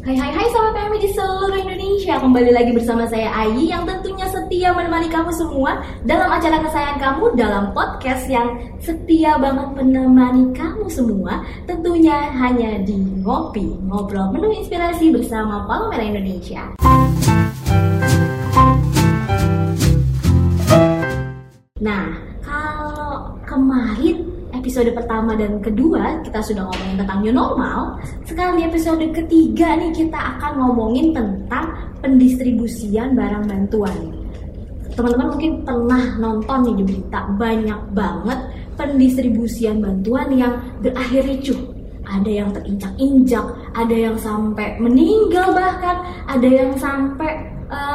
Hai Sobat PMI di seluruh Indonesia. Kembali lagi bersama saya Ayi yang tentunya setia menemani kamu semua dalam acara kesayangan kamu, dalam podcast yang setia banget menemani kamu semua. Tentunya hanya di Ngopi, ngobrol penuh inspirasi bersama Palang Merah Indonesia. Nah, kalau kemarin episode pertama dan kedua kita sudah ngomongin tentang new normal. Sekarang di episode ketiga nih kita akan ngomongin tentang pendistribusian barang bantuan. Teman-teman mungkin pernah nonton nih di berita, banyak banget pendistribusian bantuan yang berakhir ricuh. Ada yang terinjak-injak, ada yang sampai meninggal, bahkan ada yang sampai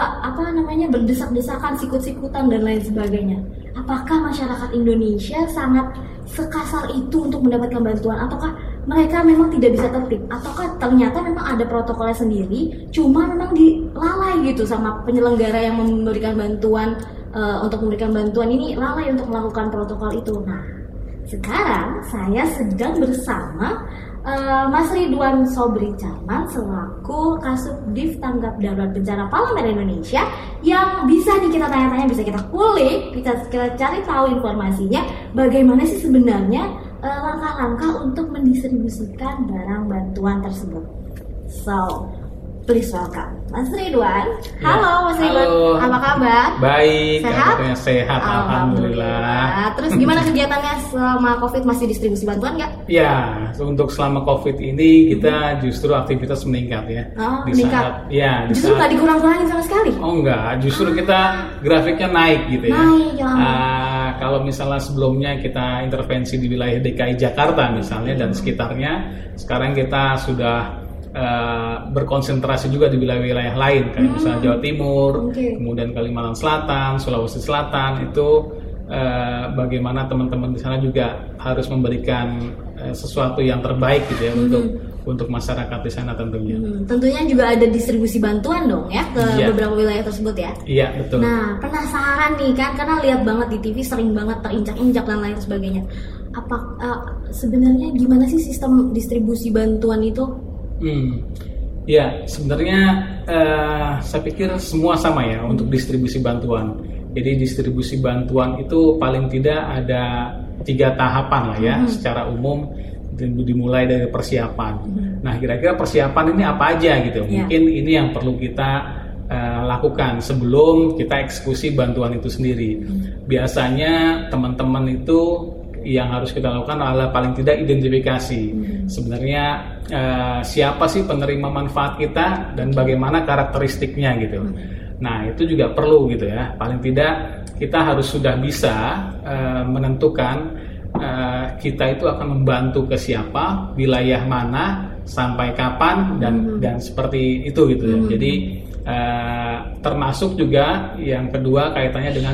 berdesak-desakan, sikut-sikutan dan lain sebagainya. Apakah masyarakat Indonesia sangat sekasar itu untuk mendapatkan bantuan, ataukah mereka memang tidak bisa tertib, ataukah ternyata memang ada protokolnya sendiri, cuma memang dilalai gitu sama penyelenggara yang memberikan bantuan, untuk memberikan bantuan ini lalai untuk melakukan protokol itu. Nah, sekarang saya sedang bersama Mas Ridwan Sobri Charman selaku Kasubdif Tanggap Darurat Bencana Palang Merah Indonesia, yang bisa nih kita tanya-tanya, bisa kita kulik, kita cari tahu informasinya bagaimana sih sebenarnya langkah-langkah untuk mendistribusikan barang bantuan tersebut. So, please welcome Mas Ridwan. Halo Mas Ridwan, apa kabar? Baik, sehat? Alhamdulillah. Terus gimana kegiatannya selama COVID, masih distribusi bantuan nggak? Ya, untuk selama COVID ini kita justru aktivitas meningkat ya. Oh, meningkat? Justru nggak dikurang-kurangin sama sekali? Oh enggak, justru kita grafiknya naik gitu ya. Naik, ya. Kalau misalnya sebelumnya kita intervensi di wilayah DKI Jakarta misalnya dan sekitarnya, sekarang kita sudah berkonsentrasi juga di wilayah-wilayah lain kayak misalnya Jawa Timur, kemudian Kalimantan Selatan, Sulawesi Selatan. Itu bagaimana teman-teman di sana juga harus memberikan sesuatu yang terbaik gitu ya untuk masyarakat di sana tentunya. Tentunya juga ada distribusi bantuan dong ya ke beberapa wilayah tersebut ya. Iya, betul. Nah, penasaran nih kan, karena lihat banget di TV sering banget terinjak-injak dan lain sebagainya. Sebenarnya gimana sih sistem distribusi bantuan itu? Ya, sebenarnya saya pikir semua sama ya untuk distribusi bantuan. Jadi distribusi bantuan itu paling tidak ada 3 tahapan lah ya, secara umum dimulai dari persiapan. Nah, kira-kira persiapan ini apa aja gitu? Mungkin ini yang perlu kita lakukan sebelum kita eksekusi bantuan itu sendiri. Biasanya teman-teman itu yang harus kita lakukan adalah paling tidak identifikasi. Sebenarnya siapa sih penerima manfaat kita dan bagaimana karakteristiknya gitu. Nah, itu juga perlu gitu ya. Paling tidak kita harus sudah bisa menentukan kita itu akan membantu ke siapa, wilayah mana, sampai kapan, dan seperti itu gitu ya. Jadi termasuk juga yang kedua kaitannya dengan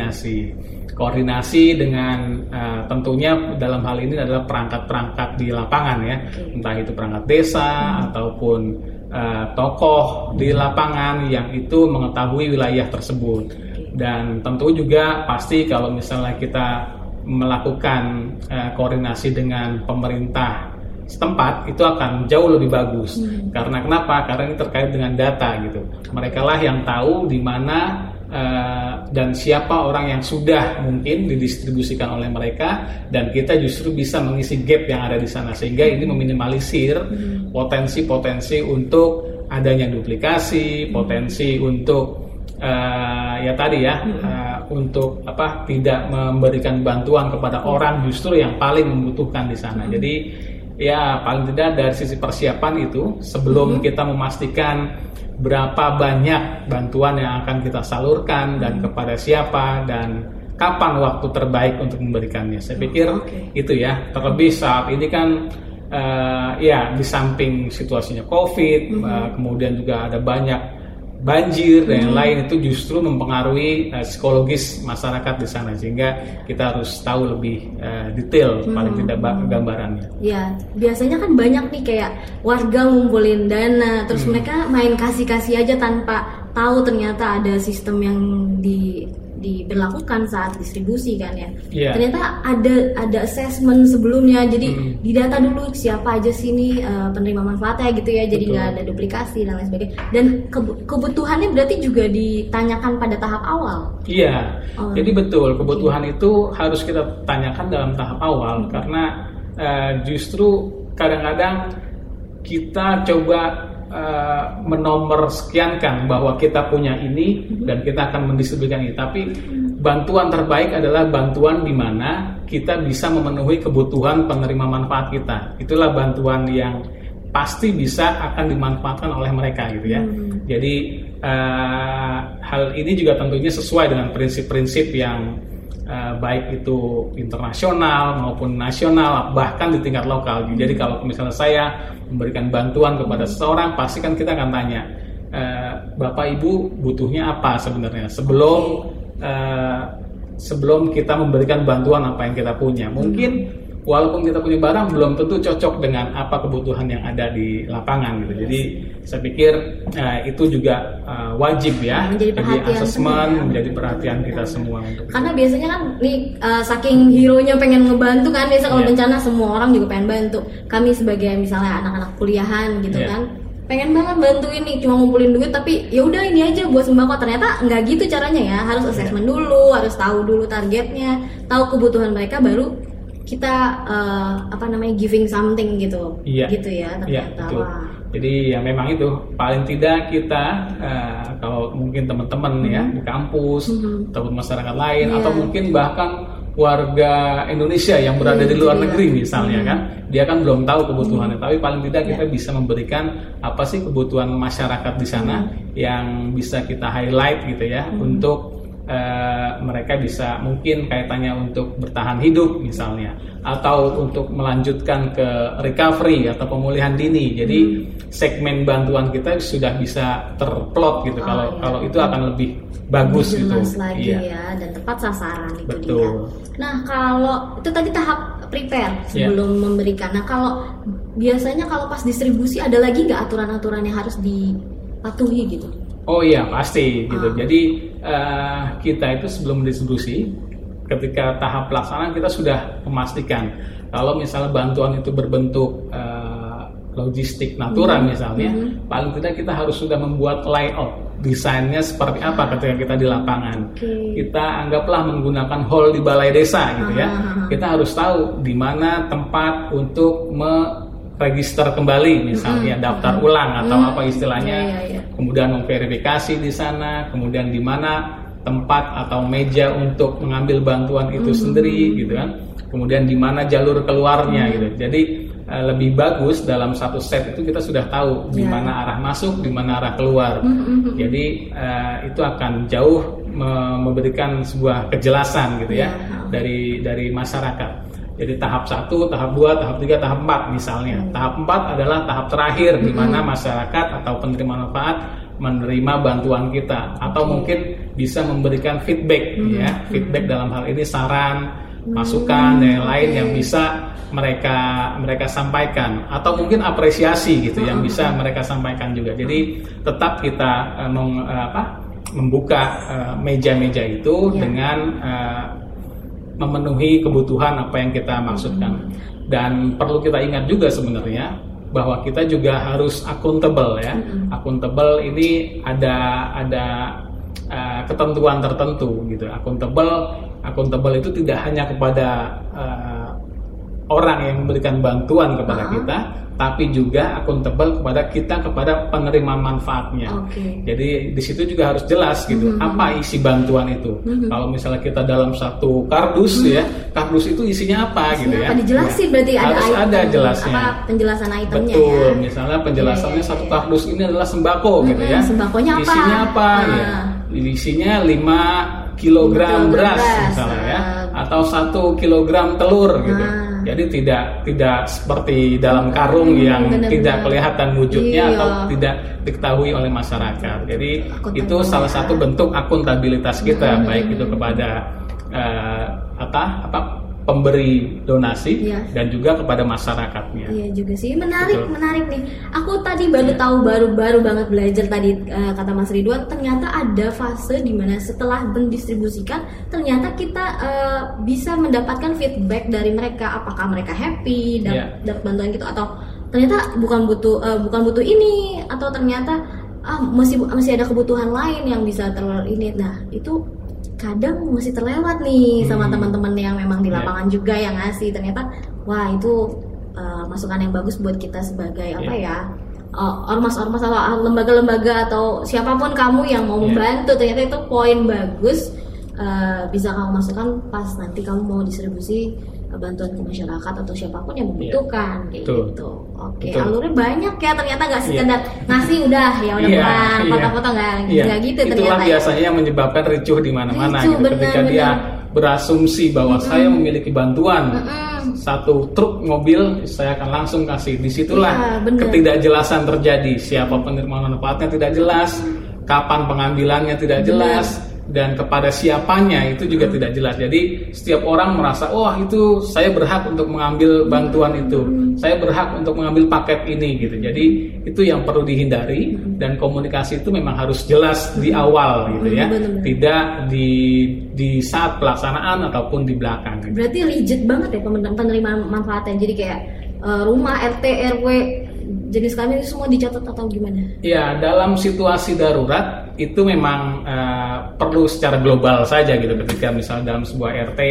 koordinasi dengan tentunya dalam hal ini adalah perangkat-perangkat di lapangan ya, entah itu perangkat desa ataupun tokoh di lapangan yang itu mengetahui wilayah tersebut. Dan tentu juga pasti kalau misalnya kita melakukan koordinasi dengan pemerintah setempat, itu akan jauh lebih bagus. Karena kenapa? Karena ini terkait dengan data gitu. Mereka lah yang tahu di mana dan siapa orang yang sudah mungkin didistribusikan oleh mereka, dan kita justru bisa mengisi gap yang ada di sana, sehingga ini meminimalisir potensi-potensi untuk adanya duplikasi, potensi untuk untuk tidak memberikan bantuan kepada orang justru yang paling membutuhkan di sana. Jadi ya paling tidak dari sisi persiapan itu sebelum kita memastikan berapa banyak bantuan yang akan kita salurkan dan kepada siapa dan kapan waktu terbaik untuk memberikannya. Saya pikir itu ya. Terlebih saat ini kan di samping situasinya COVID, kemudian juga ada banyak banjir dan yang lain, itu justru mempengaruhi psikologis masyarakat di sana, sehingga kita harus tahu lebih detail paling tidak gambarannya. Ya, biasanya kan banyak nih kayak warga ngumpulin dana, terus mereka main kasih-kasih aja tanpa tahu ternyata ada sistem yang diberlakukan saat distribusi kan ya. Iya. Ternyata ada assessment sebelumnya, jadi didata dulu siapa aja sih ini penerima manfaatnya gitu ya, jadi nggak ada duplikasi dan lain sebagainya. Dan kebutuhannya berarti juga ditanyakan pada tahap awal. Iya, jadi betul kebutuhan itu harus kita tanyakan dalam tahap awal karena justru kadang-kadang kita coba menomor sekiankan bahwa kita punya ini dan kita akan mendistribusikan ini, tapi bantuan terbaik adalah bantuan di mana kita bisa memenuhi kebutuhan penerima manfaat kita. Itulah bantuan yang pasti bisa akan dimanfaatkan oleh mereka gitu ya. Jadi hal ini juga tentunya sesuai dengan prinsip-prinsip yang baik itu internasional maupun nasional, bahkan di tingkat lokal. Jadi kalau misalnya saya memberikan bantuan kepada seseorang, pasti kan kita akan tanya, Bapak Ibu butuhnya apa sebenarnya sebelum kita memberikan bantuan apa yang kita punya. Mungkin walaupun kita punya barang belum tentu cocok dengan apa kebutuhan yang ada di lapangan gitu. Jadi saya pikir itu juga wajib ya, menjadi asesmen ya. Menjadi perhatian kita semua untuk karena biasanya kan nih saking hero-nya pengen ngebantu kan, biasa kalau bencana semua orang juga pengen bantu. Kami sebagai misalnya anak-anak kuliahan gitu kan, pengen banget bantuin nih, cuma ngumpulin duit tapi ya udah ini aja buat sembako. Ternyata nggak gitu caranya ya, harus assessment dulu, harus tahu dulu targetnya, tahu kebutuhan mereka, baru kita giving something gitu. Gitu ya ternyata. Betul. Jadi ya memang itu paling tidak kita kalau mungkin teman-teman ya di kampus ataupun masyarakat lain atau mungkin bahkan warga Indonesia yang berada di luar negeri misalnya kan, dia kan belum tahu kebutuhannya, tapi paling tidak kita bisa memberikan apa sih kebutuhan masyarakat di sana yang bisa kita highlight gitu ya, untuk mereka bisa mungkin kaitannya untuk bertahan hidup misalnya, atau untuk melanjutkan ke recovery atau pemulihan dini. Jadi segmen bantuan kita sudah bisa terplot gitu. Kalau itu akan lebih bagus gitu. Lagi ya, dan tepat sasaran itu. Betul. Dia. Nah kalau itu tadi tahap prepare sebelum memberikan. Nah kalau biasanya kalau pas distribusi ada lagi nggak aturan-aturan yang harus dipatuhi gitu? Oh iya pasti gitu. Jadi kita itu sebelum distribusi, ketika tahap pelaksanaan kita sudah memastikan kalau misalnya bantuan itu berbentuk logistik natural misalnya, paling tidak kita harus sudah membuat layout desainnya seperti apa ketika kita di lapangan. Kita anggaplah menggunakan hall di balai desa gitu ya. Kita harus tahu di mana tempat untuk register kembali misalnya, daftar ulang atau apa istilahnya, kemudian memverifikasi di sana, kemudian di mana tempat atau meja untuk mengambil bantuan itu sendiri gitu kan, kemudian di mana jalur keluarnya gitu. Jadi lebih bagus dalam satu set itu kita sudah tahu di mana arah masuk, di mana arah keluar. Jadi itu akan jauh memberikan sebuah kejelasan gitu ya dari masyarakat. Jadi tahap 1, tahap 2, tahap 3, tahap 4 misalnya. Tahap 4 adalah tahap terakhir di mana masyarakat atau penerima manfaat menerima bantuan kita, atau mungkin bisa memberikan feedback ya. Feedback dalam hal ini saran, masukan dan lain-lain yang bisa mereka sampaikan, atau mungkin apresiasi gitu yang bisa mereka sampaikan juga. Jadi tetap kita membuka meja-meja itu dengan memenuhi kebutuhan apa yang kita maksudkan. Dan perlu kita ingat juga sebenarnya bahwa kita juga harus accountable ya. Accountable ini ada ketentuan tertentu gitu. Accountable itu tidak hanya kepada orang yang memberikan bantuan kepada kita, tapi juga accountable kepada penerima manfaatnya. Jadi di situ juga harus jelas gitu apa isi bantuan itu. Kalau misalnya kita dalam satu kardus ya, kardus itu isinya apa gitu ya. Apa dijelasin berarti harus ada jelasnya. Apa penjelasan itemnya ya. Betul, misalnya penjelasannya satu kardus ini adalah sembako gitu ya. Sembakonya apa? Isinya apa ya? Isinya 5 kilogram beras misalnya ya, atau 1 kilogram telur gitu. Jadi tidak seperti dalam karung yang tidak kelihatan wujudnya atau tidak diketahui oleh masyarakat. Jadi itu salah satu bentuk akuntabilitas kita, baik itu kepada pemberi donasi Iya. dan juga kepada masyarakatnya. Iya juga sih, menarik Betul. menarik nih. Aku tadi baru tahu, baru banget belajar tadi, kata Mas Ridwan, ternyata ada fase di mana setelah mendistribusikan, ternyata kita bisa mendapatkan feedback dari mereka, apakah mereka happy dapat bantuan gitu, atau ternyata bukan butuh ini, atau ternyata masih ada kebutuhan lain yang bisa ini. Nah itu kadang masih terlewat nih sama teman-teman yang memang di lapangan juga yang ngasih, ternyata wah itu masukan yang bagus buat kita sebagai ormas-ormas atau lembaga-lembaga atau siapapun kamu yang mau membantu, ternyata itu poin bagus, bisa kamu masukkan pas nanti kamu mau distribusi bantuan ke masyarakat atau siapapun yang membutuhkan kayak gitu. Oke, alurnya banyak ya, ternyata nggak sekedar ngasih udah pulang, foto-foto nggak gitu ternyata. Itulah biasanya yang menyebabkan ricuh di mana-mana gitu. Ketika dia berasumsi bahwa saya memiliki bantuan satu truk mobil, saya akan langsung kasih. Disitulah ketidakjelasan terjadi. Siapa penerima manfaatnya tidak jelas, kapan pengambilannya tidak jelas, dan kepada siapanya itu juga tidak jelas. Jadi setiap orang merasa, oh itu saya berhak untuk mengambil bantuan itu, saya berhak untuk mengambil paket ini gitu. Jadi itu yang perlu dihindari, dan komunikasi itu memang harus jelas di awal gitu ya, tidak di saat pelaksanaan ataupun di belakang gitu. Berarti rigid banget ya penerimaan manfaatnya, jadi kayak rumah, RT, RW, jenis kami itu semua dicatat atau gimana? Ya, dalam situasi darurat itu memang perlu secara global saja gitu. Ketika misalnya dalam sebuah RT,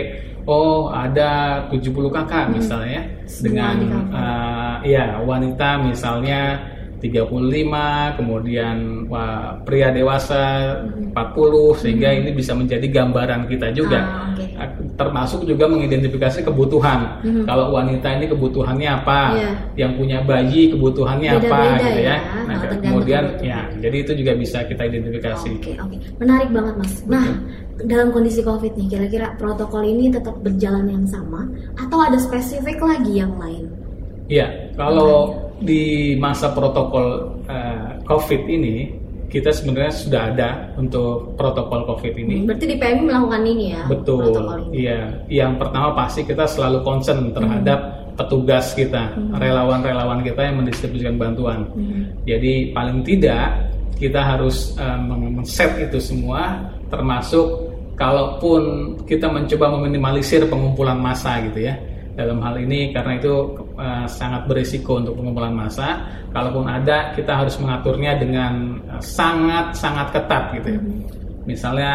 ada 70 kakak misalnya, dengan wanita misalnya 35, kemudian pria dewasa 40, sehingga ini bisa menjadi gambaran kita juga. Termasuk juga mengidentifikasi kebutuhan. Kalau wanita ini kebutuhannya apa, yang punya bayi kebutuhannya apa gitu ya. Nah, kemudian jadi itu juga bisa kita identifikasi. Oke. Menarik banget Mas. Nah, dalam kondisi COVID nih, kira-kira protokol ini tetap berjalan yang sama atau ada spesifik lagi yang lain? Iya, kalau di masa protokol COVID ini, kita sebenarnya sudah ada untuk protokol COVID ini. Berarti di PMI melakukan ini ya? Betul. Iya. Yang pertama pasti kita selalu concern terhadap petugas kita, relawan-relawan kita yang mendistribusikan bantuan. Jadi paling tidak kita harus men-set itu semua, termasuk kalaupun kita mencoba meminimalisir pengumpulan massa gitu ya. Dalam hal ini karena itu sangat berisiko untuk pengumpulan massa. Kalaupun ada, kita harus mengaturnya dengan sangat ketat gitu ya. Misalnya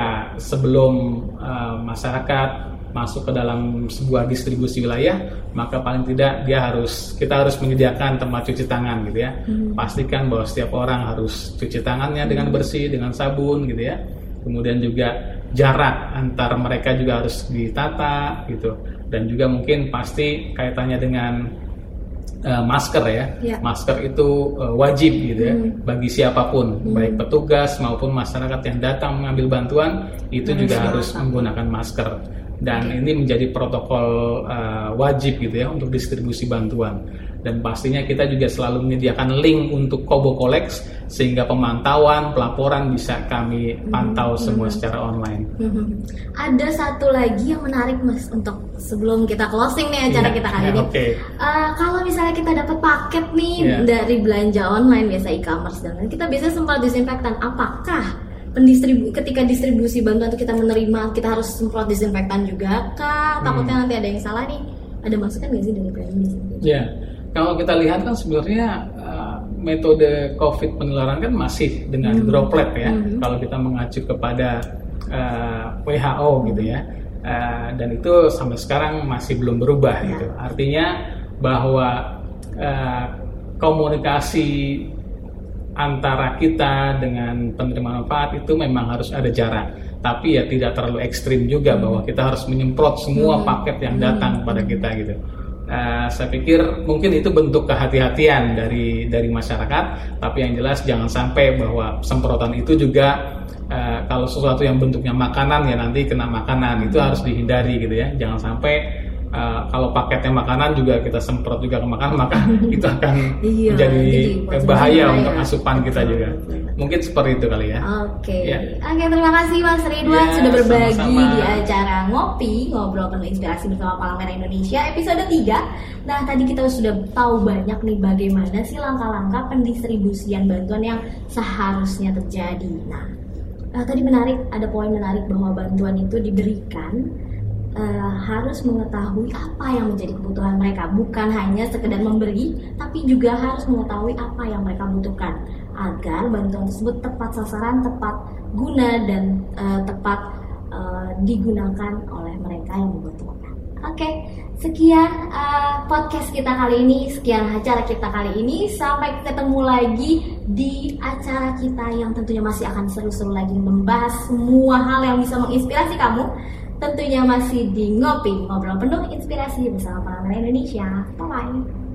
sebelum masyarakat masuk ke dalam sebuah distribusi wilayah, maka paling tidak kita harus menyediakan tempat cuci tangan gitu ya. Pastikan bahwa setiap orang harus cuci tangannya dengan bersih, dengan sabun gitu ya. Kemudian juga jarak antar mereka juga harus ditata gitu. Dan juga mungkin pasti kaitannya dengan masker ya. Masker itu wajib gitu ya bagi siapapun, baik petugas maupun masyarakat yang datang mengambil bantuan itu juga harus menggunakan masker. Dan ini menjadi protokol wajib gitu ya untuk distribusi bantuan. Dan pastinya kita juga selalu menyediakan link untuk Kobo Kolex sehingga pemantauan, pelaporan bisa kami pantau semua secara online. Ada satu lagi yang menarik Mas, untuk sebelum kita closing nih acara kita kali ini. Kalau misalnya kita dapat paket nih dari belanja online, biasa e-commerce, dan kita bisa semprot disinfektan, apakah ketika distribusi bantuan itu kita menerima, kita harus semprot disinfektan juga kah? Takutnya nanti ada yang salah nih. Ada masukan nggak sih dari PMI? Kalau kita lihat kan sebenarnya metode COVID penularan kan masih dengan droplet ya. Kalau kita mengacu kepada WHO gitu ya, dan itu sampai sekarang masih belum berubah gitu. Artinya bahwa komunikasi antara kita dengan penerima manfaat itu memang harus ada jarak, tapi ya tidak terlalu ekstrim juga bahwa kita harus menyemprot semua paket yang datang kepada kita gitu. Saya pikir mungkin itu bentuk kehati-hatian dari masyarakat, tapi yang jelas jangan sampai bahwa semprotan itu juga kalau sesuatu yang bentuknya makanan ya nanti kena makanan, itu harus dihindari gitu ya. Jangan sampai kalau paketnya makanan juga kita semprot juga ke makanan, maka itu akan Iya, menjadi jadi bahaya bahaya. untuk asupan kita juga. Mungkin seperti itu kali ya. Oke, Ya. Oke, terima kasih Mas Ridwan Ya, sudah berbagi sama-sama. di acara Ngopi, Ngobrol Penuh Inspirasi bersama Palang Merah Indonesia episode 3. Nah, tadi kita sudah tahu banyak nih bagaimana sih langkah-langkah pendistribusian bantuan yang seharusnya terjadi. Nah, tadi menarik, ada poin menarik bahwa bantuan itu diberikan harus mengetahui apa yang menjadi kebutuhan mereka, bukan hanya sekedar memberi, tapi juga harus mengetahui apa yang mereka butuhkan agar bantuan tersebut tepat sasaran, tepat guna, dan tepat digunakan oleh mereka yang membutuhkan. Oke, sekian podcast kita kali ini, sekian acara kita kali ini. Sampai ketemu lagi di acara kita yang tentunya masih akan seru-seru lagi, membahas semua hal yang bisa menginspirasi kamu. Tentunya masih di Ngopi, Ngobrol Penuh Inspirasi bersama Palang Merah Indonesia. Bye-bye.